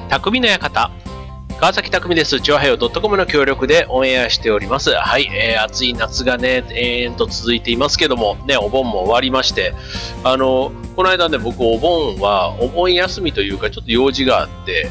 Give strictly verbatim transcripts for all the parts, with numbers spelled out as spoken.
匠の館。川崎匠です。チョアヘヨ .com の協力でオンエアしております。はい、えー、暑い夏がね、延々と続いていますけども、ね、お盆も終わりまして、あの、この間ね、僕お盆は、お盆休みというか、ちょっと用事があって、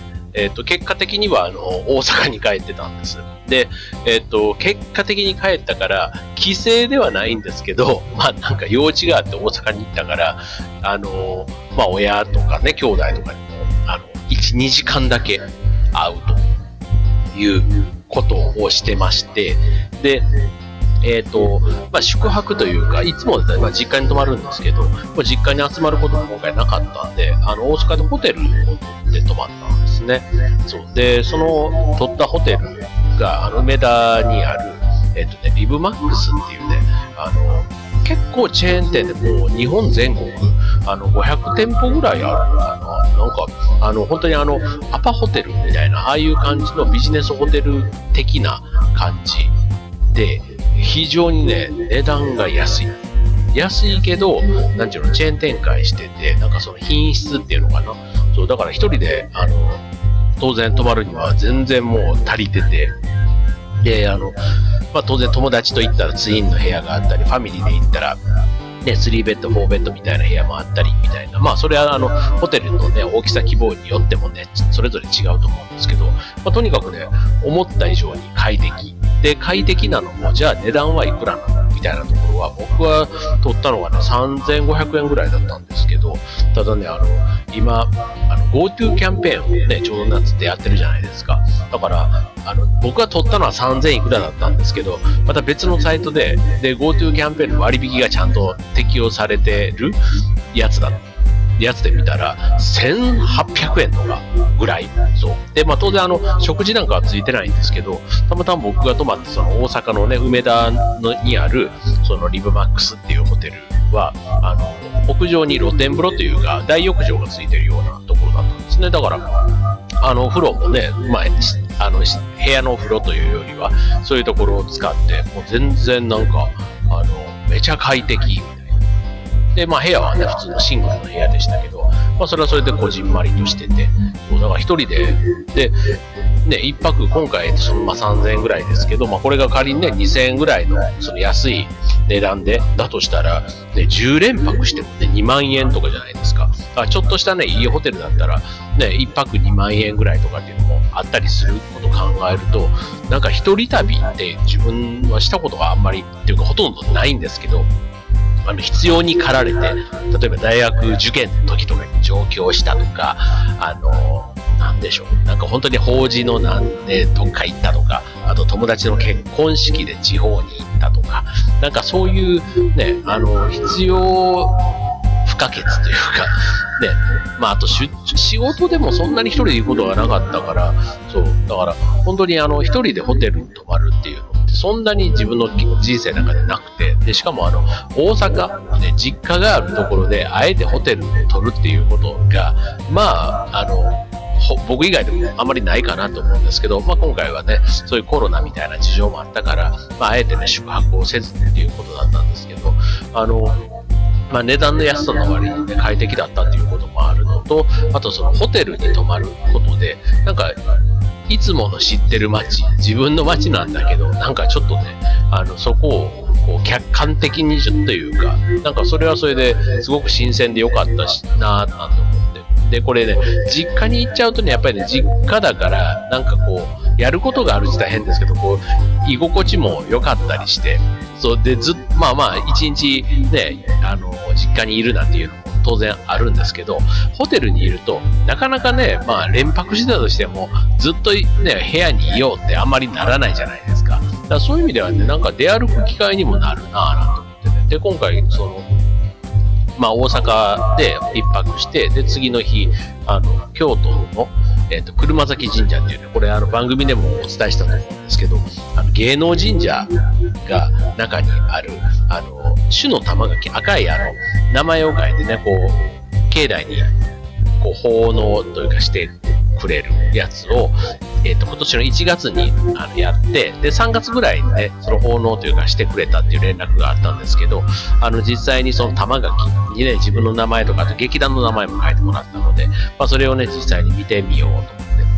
えっと、結果的には、あの、大阪に帰ってたんです。で、えっと、結果的に帰ったから、帰省ではないんですけど、まあ、なんか用事があって大阪に行ったから、あの、まあ、親とかね、兄弟とかにも、あの、いち、にじかんだけ会うということをしてまして、で、えっと、まあ、宿泊というか、いつもだったら、まあ、実家に泊まるんですけど、実家に集まることも今回なかったんで、あの、大阪でホテルを取って泊まったんですね。そう。で、その取ったホテルが、あの、梅田にある、えっとね、リブマックスっていうね、あの、結構チェーン店でもう日本全国、あの、ごひゃくてんぽぐらいあるのかな。なんか、あの、本当にあの、アパホテルみたいな、ああいう感じのビジネスホテル的な感じで、非常にね、値段が安い。安いけど、なんていうの、チェーン展開してて、なんかその品質っていうのかな。そう、だから一人で、あの、当然泊まるには全然もう足りてて、で、あの、まあ当然友達と行ったらツインの部屋があったり、ファミリーで行ったら、ね、スリーベッド、フォーベッドみたいな部屋もあったり、みたいな。まあそれはあの、ホテルのね、大きさ希望によってもね、それぞれ違うと思うんですけど、まあとにかくね、思った以上に快適。で、快適なのも、じゃあ値段はいくらなのみたいなところは、僕は取ったのがね、さんぜんごひゃくえんぐらいだったんですけど、ただね、あの、今、あの GoTo キャンペーンをね、ちょうど夏ってやってるじゃないですか。だから、あの、僕が取ったのはさんぜんいくらだったんですけど、また別のサイトで、で、GoTo キャンペーンの割引がちゃんと適用されてるやつだやつで見たらせんはっぴゃくえんとかぐらい。そうで、まあ、当然あの食事なんかはついてないんですけど、たまたま僕が泊まってその大阪のね梅田のにあるそのリブマックスっていうホテルはあの屋上に露天風呂というか大浴場がついてるようなところだったんですね。だからあのお風呂もね、まあ、あの部屋のお風呂というよりはそういうところを使ってもう全然なんかあのめちゃ快適で、まあ部屋はね、普通のシングルの部屋でしたけど、まあそれはそれでこじんまりとしてて、だから一人で、で、ね、一泊今回そのまあさんぜんえんぐらいですけど、まあこれが仮にね、にせんえんぐらいのその安い値段で、だとしたら、ね、じゅうれんぱくしてもね、にまんえんとかじゃないですか。だからちょっとしたね、いいホテルだったら、ね、一泊にまんえんぐらいとかっていうのもあったりすることを考えると、なんか一人旅って自分はしたことがあんまりっていうかほとんどないんですけど、あの必要に駆られて、例えば大学受験の時とかに上京したとか、あの、なんでしょう、なんか本当に法事のなんでどっか行ったとか、あと友達の結婚式で地方に行ったとか、なんかそういうね、あの、必要不可欠というか、ね、まああと仕事でもそんなに一人で行くことがなかったから、そう、だから本当にあの一人でホテルに泊まるっていうのってそんなに自分の人生の中でなくて、でしかもあの大阪、ね、実家があるところであえてホテルを取るっていうことが、まああの僕以外でもあまりないかなと思うんですけど、まあ、今回はねそういうコロナみたいな事情もあったから、まあ、あえてね宿泊をせずっていうことだったんですけど、あのまあ、値段の安さの割に、ね、快適だったっていうこともあるのと、あとそのホテルに泊まることでなんかいつもの知ってる街、自分の街なんだけど、なんかちょっとね、あのそこをこう客観的にというか、なんかそれはそれですごく新鮮でよかったしなぁなんて思って。で、これね、実家に行っちゃうとね、やっぱりね、実家だから、なんかこう、やることがある自体変ですけど、こう、居心地も良かったりして、そうで、ずっと、まあまあ、一日ね、あの、実家にいるなんていうのも当然あるんですけど、ホテルにいると、なかなかね、まあ、連泊してたとしても、ずっとね、部屋にいようってあんまりならないじゃないですか。だからそういう意味ではね、なんか出歩く機会にもなるなぁなんて思ってね。で、今回、その、まあ、大阪で一泊して、で、次の日、あの、京都の、えっと、車崎神社っていうね、これ、あの、番組でもお伝えしたと思うんですけど、あの、芸能神社が中にある、あの、種の玉垣、赤い、あの、名前を変えてね、こう、境内に、こう、奉納というかしてくれるやつを、えっと、今年のいちがつにあのやって、で、さんがつぐらいにね、その奉納というかしてくれたっていう連絡があったんですけど、あの、実際にその玉垣にね、自分の名前とか、劇団の名前も書いてもらったので、まあ、それをね、実際に見てみようと思って。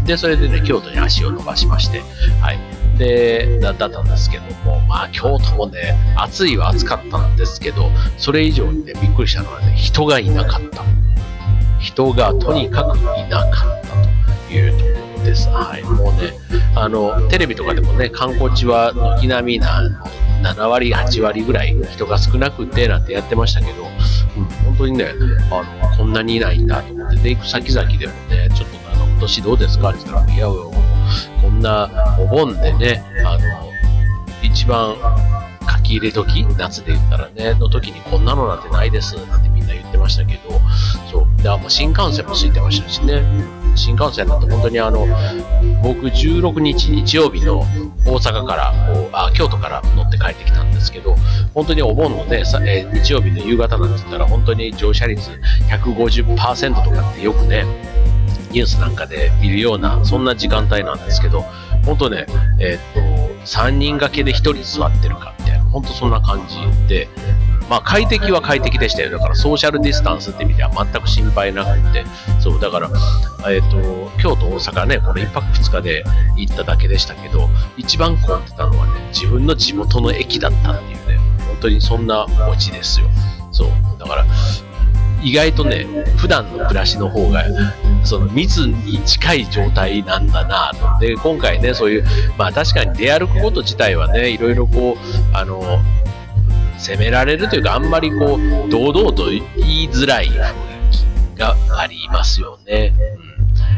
で、それでね、京都に足を伸ばしまして、はい。で、だだったんですけども、まあ、京都もね、暑いは暑かったんですけど、それ以上にね、びっくりしたのはね、人がいなかった。人がとにかくいなかったというところです。はい。もうね、あの、テレビとかでもね、観光地は軒並みな、なな割、はち割ぐらい人が少なくてなんてやってましたけど、うん、本当にね、あの、こんなにいないんだと思って、で、行く先々でもね、ちょっとあの、今年どうですかって言ったら、いや、こんなお盆でね、あの、一番書き入れ時、夏で言ったらね、の時にこんなのなんてないですなんてみんな言ってましたけど、そう。で、あ、もう新幹線も空いてましたしね。新幹線なんて本当にあの、僕じゅうろくにち日曜日の大阪からこうあ、京都から乗って帰ってきたんですけど、本当にお盆のね、さえー、日曜日の夕方なんて言ったら本当に乗車率 ひゃくごじゅっパーセント とかってよくね、ニュースなんかで見るような、そんな時間帯なんですけど、本当ね、えー、っと、さんにん掛けでひとり座ってるかみたいな、本当そんな感じで、まあ快適は快適でしたよ。だからソーシャルディスタンスって意味では全く心配なくて、そう、だから、えっと、京都、大阪ね、これいっぱくふつかで行っただけでしたけど、一番混んでたのはね、自分の地元の駅だったっていうね、本当にそんなオチですよ。そう、だから、意外とね、普段の暮らしの方が、その密に近い状態なんだなと。で、今回ね、そういう、まあ確かに出歩くこと自体はね、いろいろこう、あの、責められるというか、あんまりこう、堂々と言いづらい雰囲気がありますよね。うん、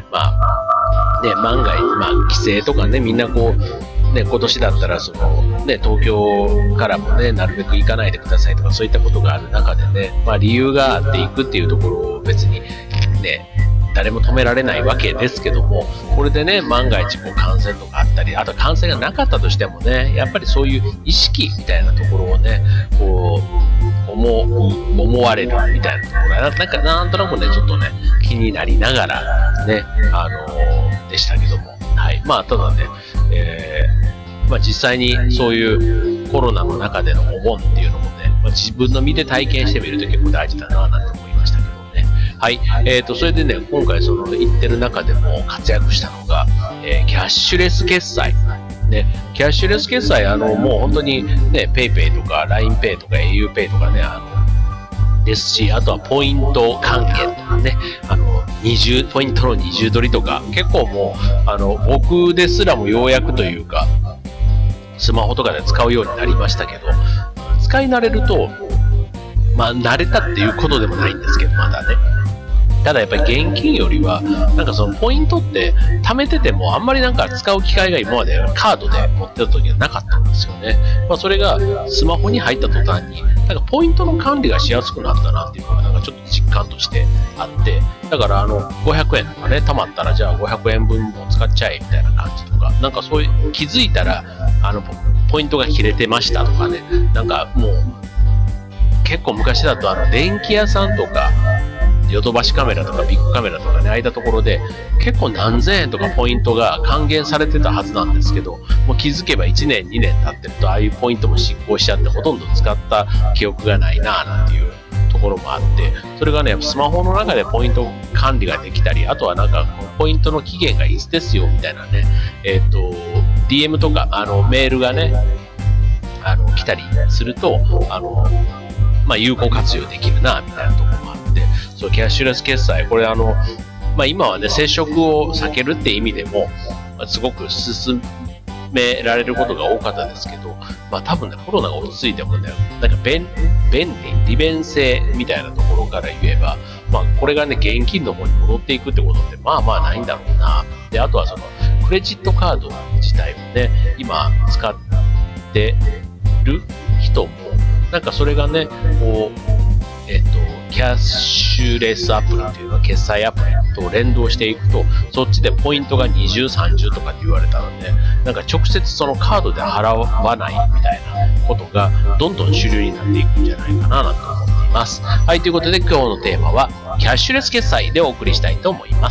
まあ、ね、万が一、まあ、帰省とかね、みんなこう、ね、今年だったら、その、ね、東京からもね、なるべく行かないでくださいとか、そういったことがある中でね、まあ、理由があって行くっていうところを別に、ね、誰も止められないわけですけども、これでね、万が一こう感染とかあったり、あと感染がなかったとしてもね、やっぱりそういう意識みたいなところをね、こう、思う、思われるみたいなところが、なんかなんとなくね、ちょっとね、気になりながら、ね、あのー、でしたけども、はい。まあ、ただね、えー、まあ実際にそういうコロナの中でのお盆っていうのもね、まあ、自分の身で体験してみると結構大事だな、なんて思いましたけどね。はい。えーと、それでね、今回その行ってる中でも活躍したのが、えー、キャッシュレス決済。ね、キャッシュレス決済、あの、もう本当にね、PayPay とか ラインペイ とか auPay とかね、あの、ですし、あとはポイント還元とかね、あの、二重、ポイントの二重取りとか、結構もう、あの、僕ですらもようやくというか、スマホとかで使うようになりましたけど、使い慣れると、まあ、慣れたっていうことでもないんですけど、まだね。ただやっぱり現金よりは、なんかそのポイントって貯めててもあんまりなんか使う機会が今までカードで持ってた時はなかったんですよね。まあそれがスマホに入った途端に、なんかポイントの管理がしやすくなったなっていうのがなんかちょっと実感としてあって、だからあのごひゃくえんとかね、貯まったらじゃあごひゃくえんぶんも使っちゃえみたいな感じとか、なんかそういう気づいたらあのポイントが切れてましたとかね、なんかもう結構昔だとあの電気屋さんとか、ヨドバシカメラとかビッグカメラとかね、空いたところで結構何千円とかポイントが還元されてたはずなんですけど、もう気づけばいちねんにねん経ってるとああいうポイントも失効しちゃってほとんど使った記憶がないななんていうところもあって、それがねスマホの中でポイント管理ができたり、あとはなんかポイントの期限がいつですよみたいなね、えっと ディーエム とかあのメールがねあの来たりするとあのまあ有効活用できるなみたいなところもあって、そうキャッシュレス決済、これあの、まあ、今はね接触を避けるって意味でも、まあ、すごく進められることが多かったですけど、まあ多分ねコロナが落ち着いてもね、なんか便便利利便性みたいなところから言えば、まあこれがね現金の方に戻っていくってことってまあまあないんだろうな。であとはそのクレジットカード自体をね今使ってる人もなんかそれがねこうえっとキャッシュレスアプリっていうのは決済アプリと連動していくと、そっちでポイントがに重さん重とかって言われたので、なんか直接そのカードで払わないみたいなことがどんどん主流になっていくんじゃないかななんて思っています。はい、ということで今日のテーマはキャッシュレス決済でお送りしたいと思います。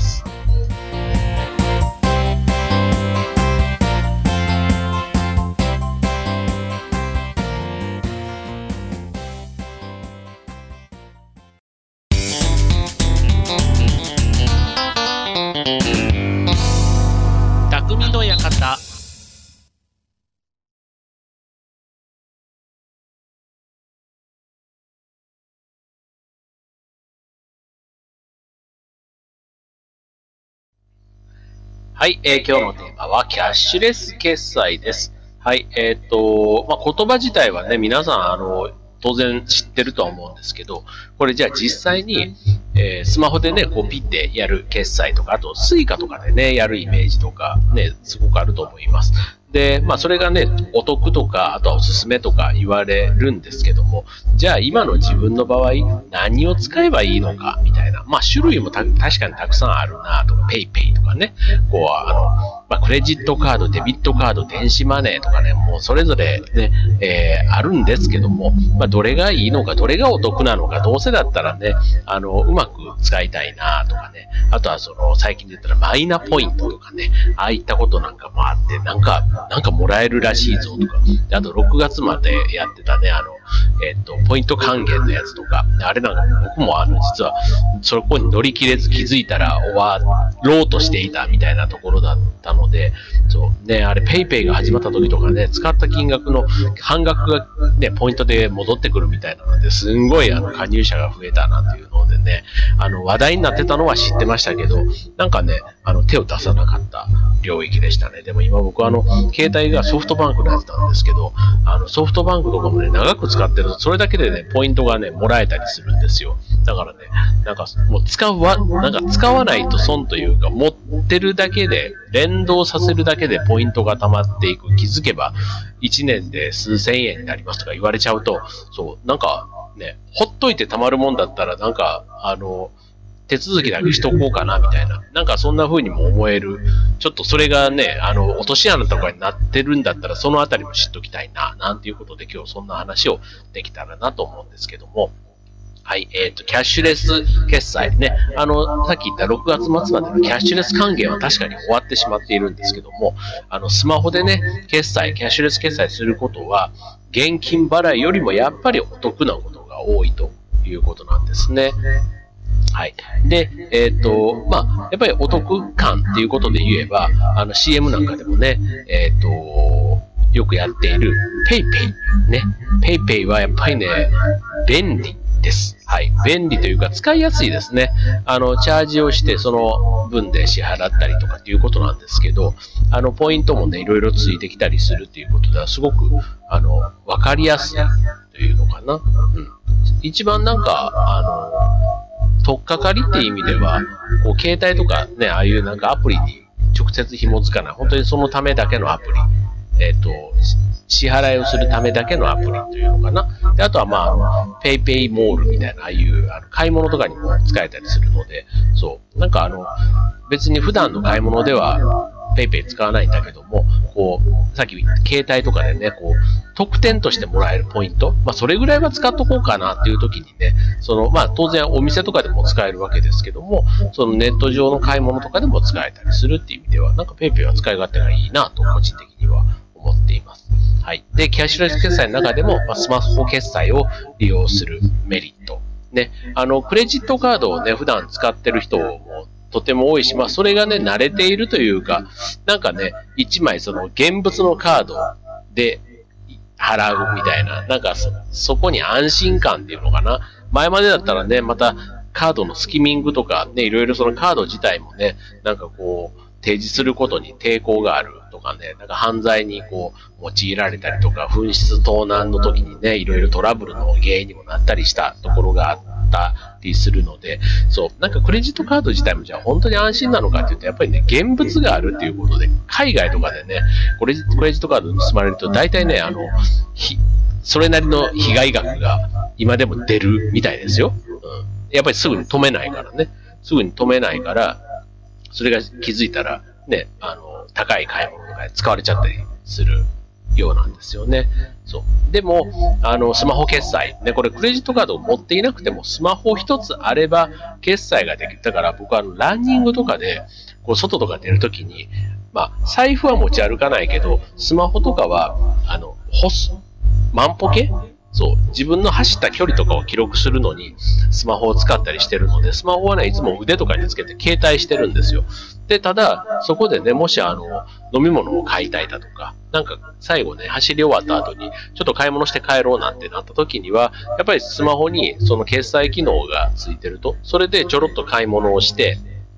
はい、えー、今日のテーマはキャッシュレス決済です。はい、えっと、まあ、言葉自体はね、皆さん、あの、当然知ってるとは思うんですけど、これじゃあ実際に、えー、スマホでね、こうピッてやる決済とか、あとスイカとかでね、やるイメージとかね、すごくあると思います。で、まあそれがね、お得とか、あとはおすすめとか言われるんですけども、じゃあ今の自分の場合、何を使えばいいのか、みたいな。まあ種類もた確かにたくさんあるなとか、ペイペイとかね、こう、あの、まあ、クレジットカード、デビットカード、電子マネーとかね、もうそれぞれね、えー、あるんですけども、まあ、どれがいいのか、どれがお得なのか、どうせだったらね、あの、うまく使いたいなとかね、あとはその、最近で言ったらマイナポイントとかね、ああいったことなんかもあって、なんか、なんかもらえるらしいぞとか、であとろくがつまでやってたね、あの、えっと、ポイント還元のやつとか、あれなんか僕もあの、実は、そこに乗り切れず気づいたら終わろうとしていたみたいなところだったので、そうね、あれペイペイが始まった時とかね、使った金額の半額がね、ポイントで戻ってくるみたいなので、すんごいあの加入者が増えたなんていうのでね、あの話題になってたのは知ってましたけど、なんかね、あの手を出さなかった領域でしたね。でも今僕はあの、携帯がソフトバンクのやつなんですけど、あのソフトバンクとかもね、長く使ってると、それだけでね、ポイントがね、もらえたりするんですよ。だからね、なんかもう使うわ、なんか使わないと損というか、持ってるだけで、連動させるだけでポイントが溜まっていく。気づけばいちねんで数千円になりますとか言われちゃうと、そう、なんかね、ほっといて溜まるもんだったら、なんか、あの、手続きだけしとこうかなみたいな。なんかそんな風にも思える。ちょっとそれがね、あの、落とし穴とかになってるんだったら、そのあたりも知っときたいな、なんていうことで今日そんな話をできたらなと思うんですけども。はい、えっと、キャッシュレス決済ね。あの、さっき言ったろくがつまつまでのキャッシュレス還元は確かに終わってしまっているんですけども、あの、スマホでね、決済、キャッシュレス決済することは、現金払いよりもやっぱりお得なことが多いということなんですね。はい。で、えっと、まあ、やっぱりお得感っていうことで言えば、あの シーエム なんかでもね、えっと、よくやっている PayPay ね。PayPay はやっぱりね、便利です。はい。便利というか使いやすいですね。あの、チャージをしてその分で支払ったりとかっていうことなんですけど、あの、ポイントもね、いろいろついてきたりするっていうことでは、すごく、あの、わかりやすいというのかな。うん。一番なんか、あの、取っかかりっていう意味では、こう携帯とかね、ああいうなんかアプリに直接紐づかない、本当にそのためだけのアプリ、えっと、支払いをするためだけのアプリというのかな。であとはまあ、ペイペイモールみたいな、ああいうあの買い物とかにも使えたりするので、そう、なんかあの、別に普段の買い物では、ペイペイ使わないんだけども、こう、さっき言った携帯とかでね、こう、特典としてもらえるポイント、まあ、それぐらいは使っとこうかなっていう時にね、その、まあ、当然お店とかでも使えるわけですけども、そのネット上の買い物とかでも使えたりするっていう意味では、なんかペイペイは使い勝手がいいなと、個人的には思っています。はい。で、キャッシュレス決済の中でも、まあ、スマホ決済を利用するメリット。ね、あの、クレジットカードをね、普段使ってる人もとても多いし、まあ、それがね、慣れているというか、なんかね、一枚その現物のカードで払うみたいな、なんかそ、そこに安心感っていうのかな。前までだったらね、またカードのスキミングとかね、いろいろそのカード自体もね、なんかこう、提示することに抵抗があるとかね、なんか犯罪にこう、用いられたりとか、紛失盗難の時にね、いろいろトラブルの原因にもなったりしたところがあったりするので、そう、なんかクレジットカード自体もじゃあ本当に安心なのかっていうと、やっぱりね、現物があるっていうことで、海外とかでね、クレジットカード盗まれると、大体ね、あの、ひ、それなりの被害額が今でも出るみたいですよ。うん。やっぱりすぐに止めないからね。すぐに止めないから、それが気づいたら、ね、あの、高い買い物とかで使われちゃったりするようなんですよね。そう。でも、あの、スマホ決済。ね、これクレジットカードを持っていなくても、スマホ一つあれば決済ができる。だから僕はあの、ランニングとかで、こう、外とか出るときに、まあ、財布は持ち歩かないけど、スマホとかは、あの、干す。万歩計そう。自分の走った距離とかを記録するのに、スマホを使ったりしてるので、スマホはね、いつも腕とかにつけて携帯してるんですよ。で、ただ、そこでね、もしあの、飲み物を買いたいだとか、なんか最後ね、走り終わった後に、ちょっと買い物して帰ろうなんてなった時には、やっぱりスマホにその決済機能がついてると、それでちょろっと買い物をして、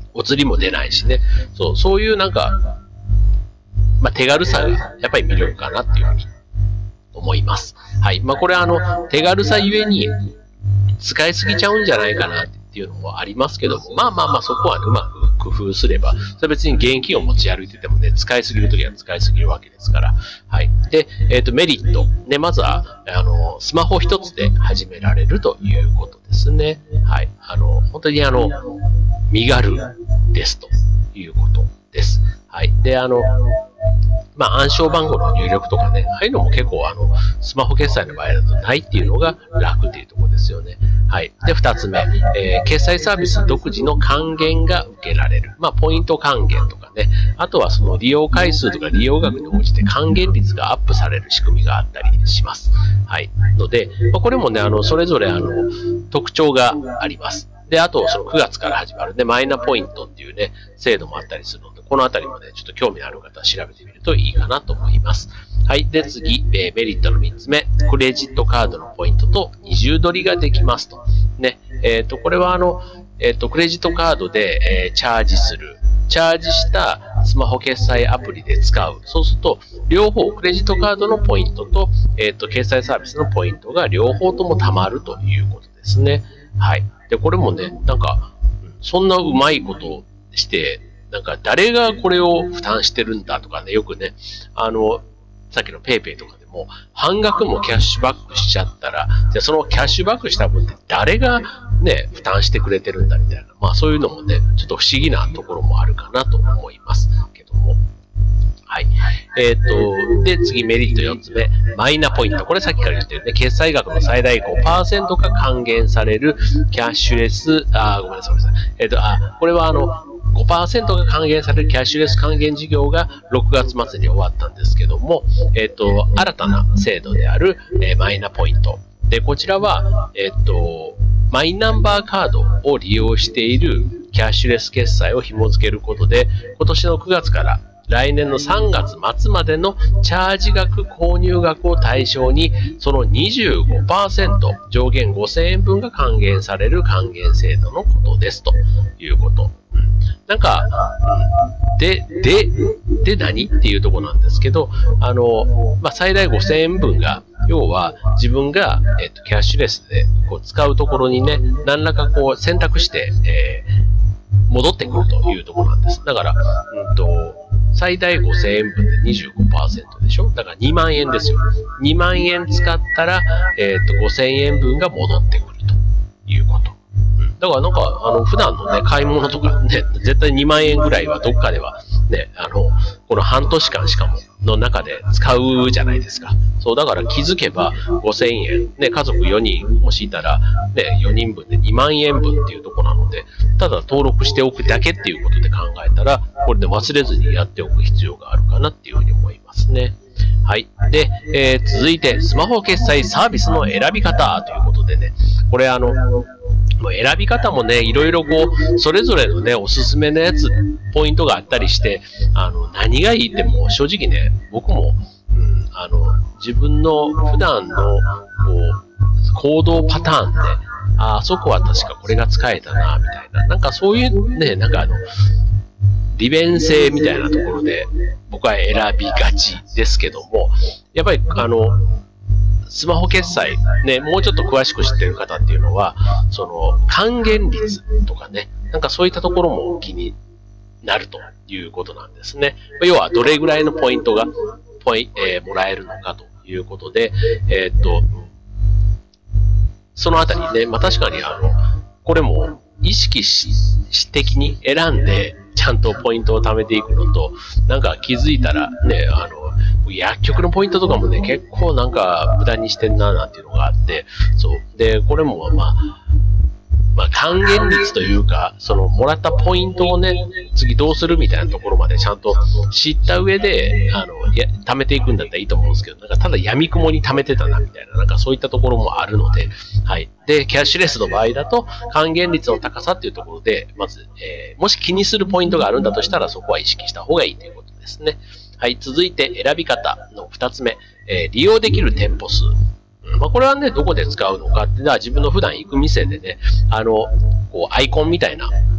お釣りも出ないしね。そう、そういうなんか、まあ、手軽さがやっぱり魅力かなっていうふうに思います。はい。まあ、これあの、手軽さゆえに使いすぎちゃうんじゃないかなっていうのもありますけども、まあまあまあそこはね、うまく工夫すれば、それ別に現金を持ち歩いててもね、使いすぎるときは使いすぎるわけですから。はい。で、えっと、メリット。ね、まずは、あの、スマホ一つで始められるということですね。はい。あの、本当にあの、身軽ですということです。はい。で、あの、まあ、暗証番号の入力とかね、ああいうのも結構、あの、スマホ決済の場合だとないっていうのが楽っていうところですよね。はい。で、二つ目、えー、決済サービス独自の還元が受けられる。まあ、ポイント還元とかね、あとはその利用回数とか利用額に応じて還元率がアップされる仕組みがあったりします。はい。ので、まあ、これもね、あの、それぞれ、あの、特徴があります。で、あと、そのくがつから始まるね、マイナポイントっていうね、制度もあったりするので、このあたりもね、ちょっと興味のある方は調べてみるといいかなと思います。はい。で、次、えー、メリットのみっつめ、クレジットカードのポイントと二重取りができますと。ね、えっと、これはあの、えっと、クレジットカードで、えー、チャージする。チャージしたスマホ決済アプリで使う。そうすると、両方、クレジットカードのポイントと、えっと、決済サービスのポイントが両方とも貯まるということですね。はい。で、これもね、なんか、そんなうまいことして、なんか誰がこれを負担してるんだとかね、よくね、あの、さっきのペイペイとかでも、半額もキャッシュバックしちゃったら、じゃあそのキャッシュバックした分って誰がね、負担してくれてるんだみたいな。まあそういうのもね、ちょっと不思議なところもあるかなと思いますけども。はい。えっと、で、次メリットよっつめ、マイナポイント。これさっきから言ってるね、決済額の最大 ごパーセント が還元されるキャッシュレス、あ、ごめんなさい、ごめんなさい。えっと、あ、これはあの、ごパーセント が還元されるキャッシュレス還元事業がろくがつ末に終わったんですけども、えっと、新たな制度である、えー、マイナポイント。で、こちらは、えっと、マイナンバーカードを利用しているキャッシュレス決済を紐付けることで、今年のくがつから来年のさんがつ末までのチャージ額、購入額を対象に、その にじゅうごパーセント、上限ごせんえんぶんが還元される還元制度のことですということ。なんか、で、で、で何っていうところなんですけど、あの、まあ、最大ごせんえんぶんが、要は自分が、えっと、キャッシュレスでこう使うところにね、何らかこう選択して、えー、戻ってくるというところなんです。だから、うんと、最大ごせんえんぶんで にじゅうごパーセント でしょ。だからにまんえんですよ。にまんえん使ったら、えっと、ごせんえんぶんが戻ってくるということ。だからなんか、あの、普段のね、買い物とかね、絶対にまんえんぐらいはどっかでは、ね、あの、この半年間しかも、の中で使うじゃないですか。そう、だから気づけばごせんえん、ね、家族よにんもしいたら、ね、よにんぶんでにまんえんぶんっていうところなので、ただ登録しておくだけっていうことで考えたら、これで忘れずにやっておく必要があるかなっていうふうに思いますね。はい。で、えー、続いて、スマホ決済サービスの選び方ということでね、これあの、もう選び方もね、いろいろこう、それぞれのね、おすすめのやつ、ポイントがあったりして、あの、何がいいってもう正直ね、僕も、うん、あの、自分の普段の、こう、行動パターンで、あ、あそこは確かこれが使えたな、みたいな。なんかそういうね、なんかあの、利便性みたいなところで、僕は選びがちですけども、やっぱり、あの、スマホ決済、ね、もうちょっと詳しく知ってる方っていうのは、その、還元率とかね、なんかそういったところも気になるということなんですね。要は、どれぐらいのポイントが、ポイ、えー、もらえるのかということで、えー、っと、そのあたりね、まあ確かにあの、これも意識し的に選んで、ちゃんとポイントを貯めていくのと、なんか気づいたらね、あの、薬局のポイントとかもね、結構なんか無駄にしてんななんていうのがあって、そう。で、これもまあ、まあ還元率というか、そのもらったポイントをね、次どうするみたいなところまでちゃんと知った上で、あの、や貯めていくんだったらいいと思うんですけど、なんかただ闇雲に貯めてたなみたいな、なんかそういったところもあるので、はい。で、キャッシュレスの場合だと、還元率の高さっていうところで、まず、えー、もし気にするポイントがあるんだとしたら、そこは意識した方がいいということですね。はい。続いて、選び方の二つ目、えー、利用できる店舗数。まあ、これはね、どこで使うのかっていうのは自分の普段行く店でね、あの、こう、アイコンみたいな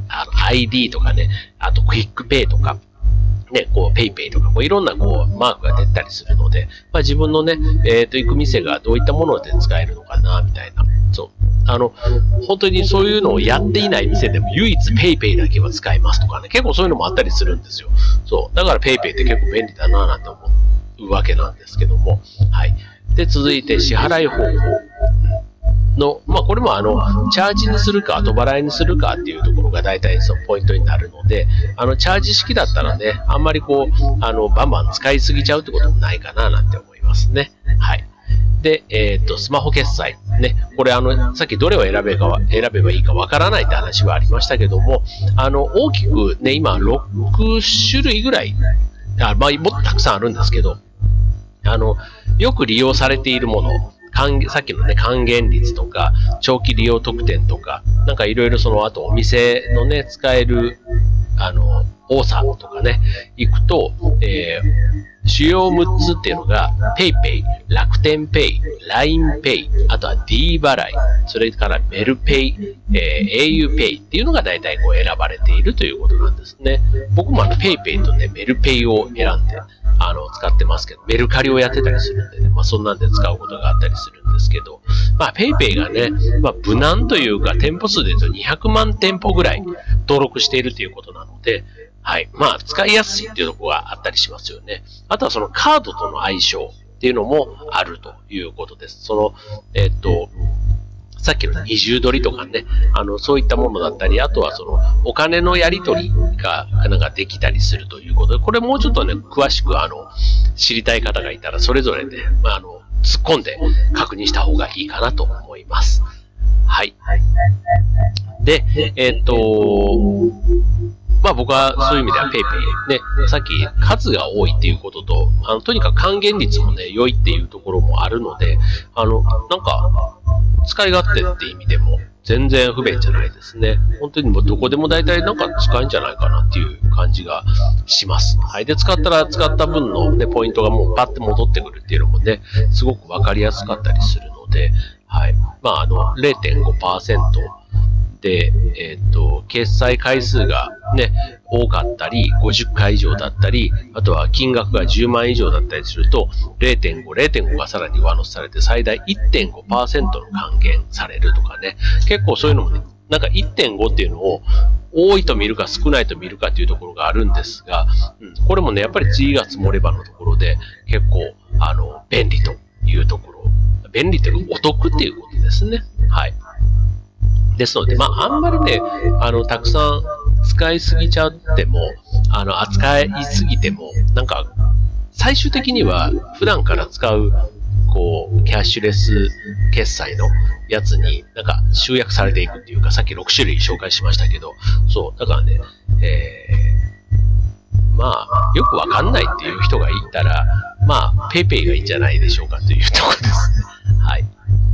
あの アイディー とかね、あとクイックペイとか、ね、こう、ペイペイとか、こういろんなこう、マークが出たりするので、まあ自分のね、えっと、行く店がどういったもので使えるのかな、みたいな。そう。あの、本当にそういうのをやっていない店でも唯一ペイペイだけは使えますとかね、結構そういうのもあったりするんですよ。そう。だからペイペイって結構便利だな、なんて思うわけなんですけども。はい。で、続いて支払い方法。の、まあ、これもあの、チャージにするか後払いにするかっていうところが大体そのポイントになるので、あの、チャージ式だったらね、あんまりこう、あの、バンバン使いすぎちゃうってこともないかななんて思いますね。はい。で、えっと、スマホ決済。ね。これあの、さっきどれを選べかは、選べばいいかわからないって話はありましたけども、あの、大きくね、今、ろく種類ぐらい、あまあ、もっとたくさんあるんですけど、あの、よく利用されているもの、さっきのね、還元率とか、長期利用特典とか、なんかいろいろその、あとお店のね、使える、あの、多さとかね、行くと、えー、主要むっつっていうのが、PayPay、楽天 Pay、ライン Pay、あとは D 払い、それからメルペイ、えー、auPay っていうのが大体こう選ばれているということなんですね。僕もあの PayPay とね、メルペイを選んで、あの、使ってますけど、メルカリをやってたりするんでね、まあそんなんで使うことがあったりするんですけど、まあ PayPay がね、まあ無難というか、店舗数で言うとにひゃくまん店舗ぐらい登録しているということなので、はい。まあ使いやすいっていうところがあったりしますよね。あとはそのカードとの相性っていうのもあるということです。その、えっと、さっきの二重取りとかね、あの、そういったものだったり、あとはその、お金のやり取りが、なんかできたりするということで、これもうちょっとね、詳しくあの、知りたい方がいたら、それぞれね、まあ、あの、突っ込んで確認した方がいいかなと思います。はい。で、えっと、まあ僕はそういう意味では PayPay ね、さっき数が多いっていうことと、あの、とにかく還元率もね、良いっていうところもあるので、あの、なんか、使い勝手って意味でも全然不便じゃないですね。本当にもうどこでも大体なんか使えるんじゃないかなっていう感じがします。はい。で、使ったら使った分のね、ポイントがもうパッて戻ってくるっていうのもね、すごくわかりやすかったりするので、はい。まあ、あの、れいてんごパーセント で、えっと、決済回数がね、多かったり、ごじゅっかい以上だったり、あとは金額がじゅうまん以上だったりすると、れいてんご、れいてんご がさらに上乗せされて、最大 いってんごパーセント の還元されるとかね。結構そういうのもね、なんか いってんご っていうのを、多いと見るか少ないと見るかっていうところがあるんですが、うん、これもね、やっぱり次が積もればのところで、結構、あの、便利というところ。便利というか、お得っていうことですね。はい。ですので、まあ、あんまりね、あの、たくさん使いすぎちゃっても、あの、扱いすぎても、なんか、最終的には、普段から使う、こう、キャッシュレス決済のやつに、なんか、集約されていくっていうか、さっきろく種類紹介しましたけど、そう、だからね、えー、まあ、よくわかんないっていう人がいたら、まあ、ペイペイがいいんじゃないでしょうかというところですね。はい。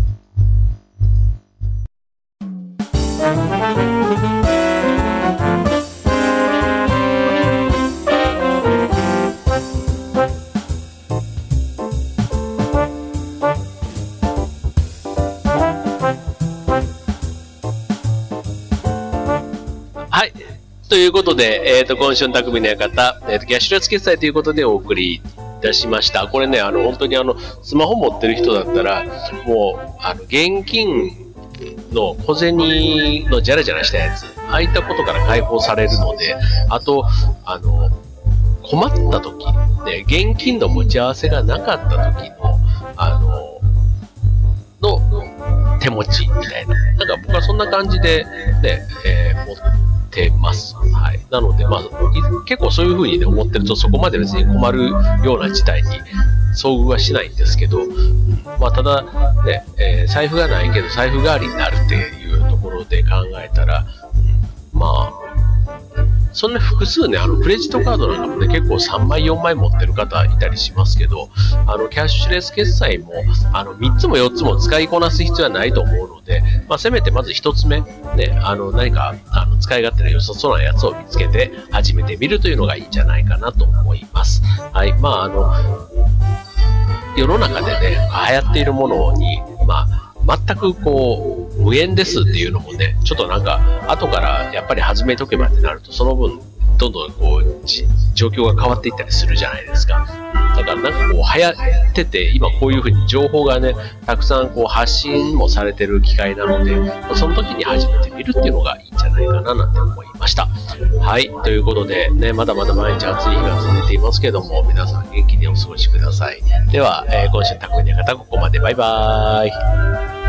はい。ということで、えっと、今週の匠の館、えっと、キャッシュレス決済ということでお送りいたしました。これね、あの、本当にあの、スマホ持ってる人だったら、もう、あの、現金の小銭のジャラジャラしたやつ、ああいったことから解放されるので、あと、あの、困った時、ね、現金の持ち合わせがなかった時の、あの、の手持ちみたいな。なんか僕はそんな感じで、ね、えー、持ってます。はい。なので、まあ、結構そういう風にね、思ってるとそこまで別に困るような事態に遭遇はしないんですけど、まあ、ただ、ね、えー、財布がないけど財布代わりになるっていうところで考えたら、まあ、そんな複数ね、あの、クレジットカードなんかもね、結構さんまい、よんまい持ってる方いたりしますけど、あの、キャッシュレス決済も、あの、みっつもよっつも使いこなす必要はないと思うので、まあ、せめてまずひとつめ、ね、あの、何か、あの、使い勝手の良さそうなやつを見つけて始めてみるというのがいいんじゃないかなと思います。はい。まあ、あの、世の中でね、流行っているものに、まあ、全くこう、 無縁ですっていうのもね、ちょっとなんか、後からやっぱり始めとけばってなると、その分、どんどんこう、状況が変わっていったりするじゃないですか。だからなんかこう、流行ってて、今こういうふうに情報がね、たくさんこう発信もされてる機会なので、その時に始めてみるっていうのがいいんじゃないかななんて思いました。はい。ということで、ね、まだまだ毎日暑い日が続いていますけども、皆さん元気にお過ごしください。では、えー、今週の匠の館、ここまで。バイバーイ。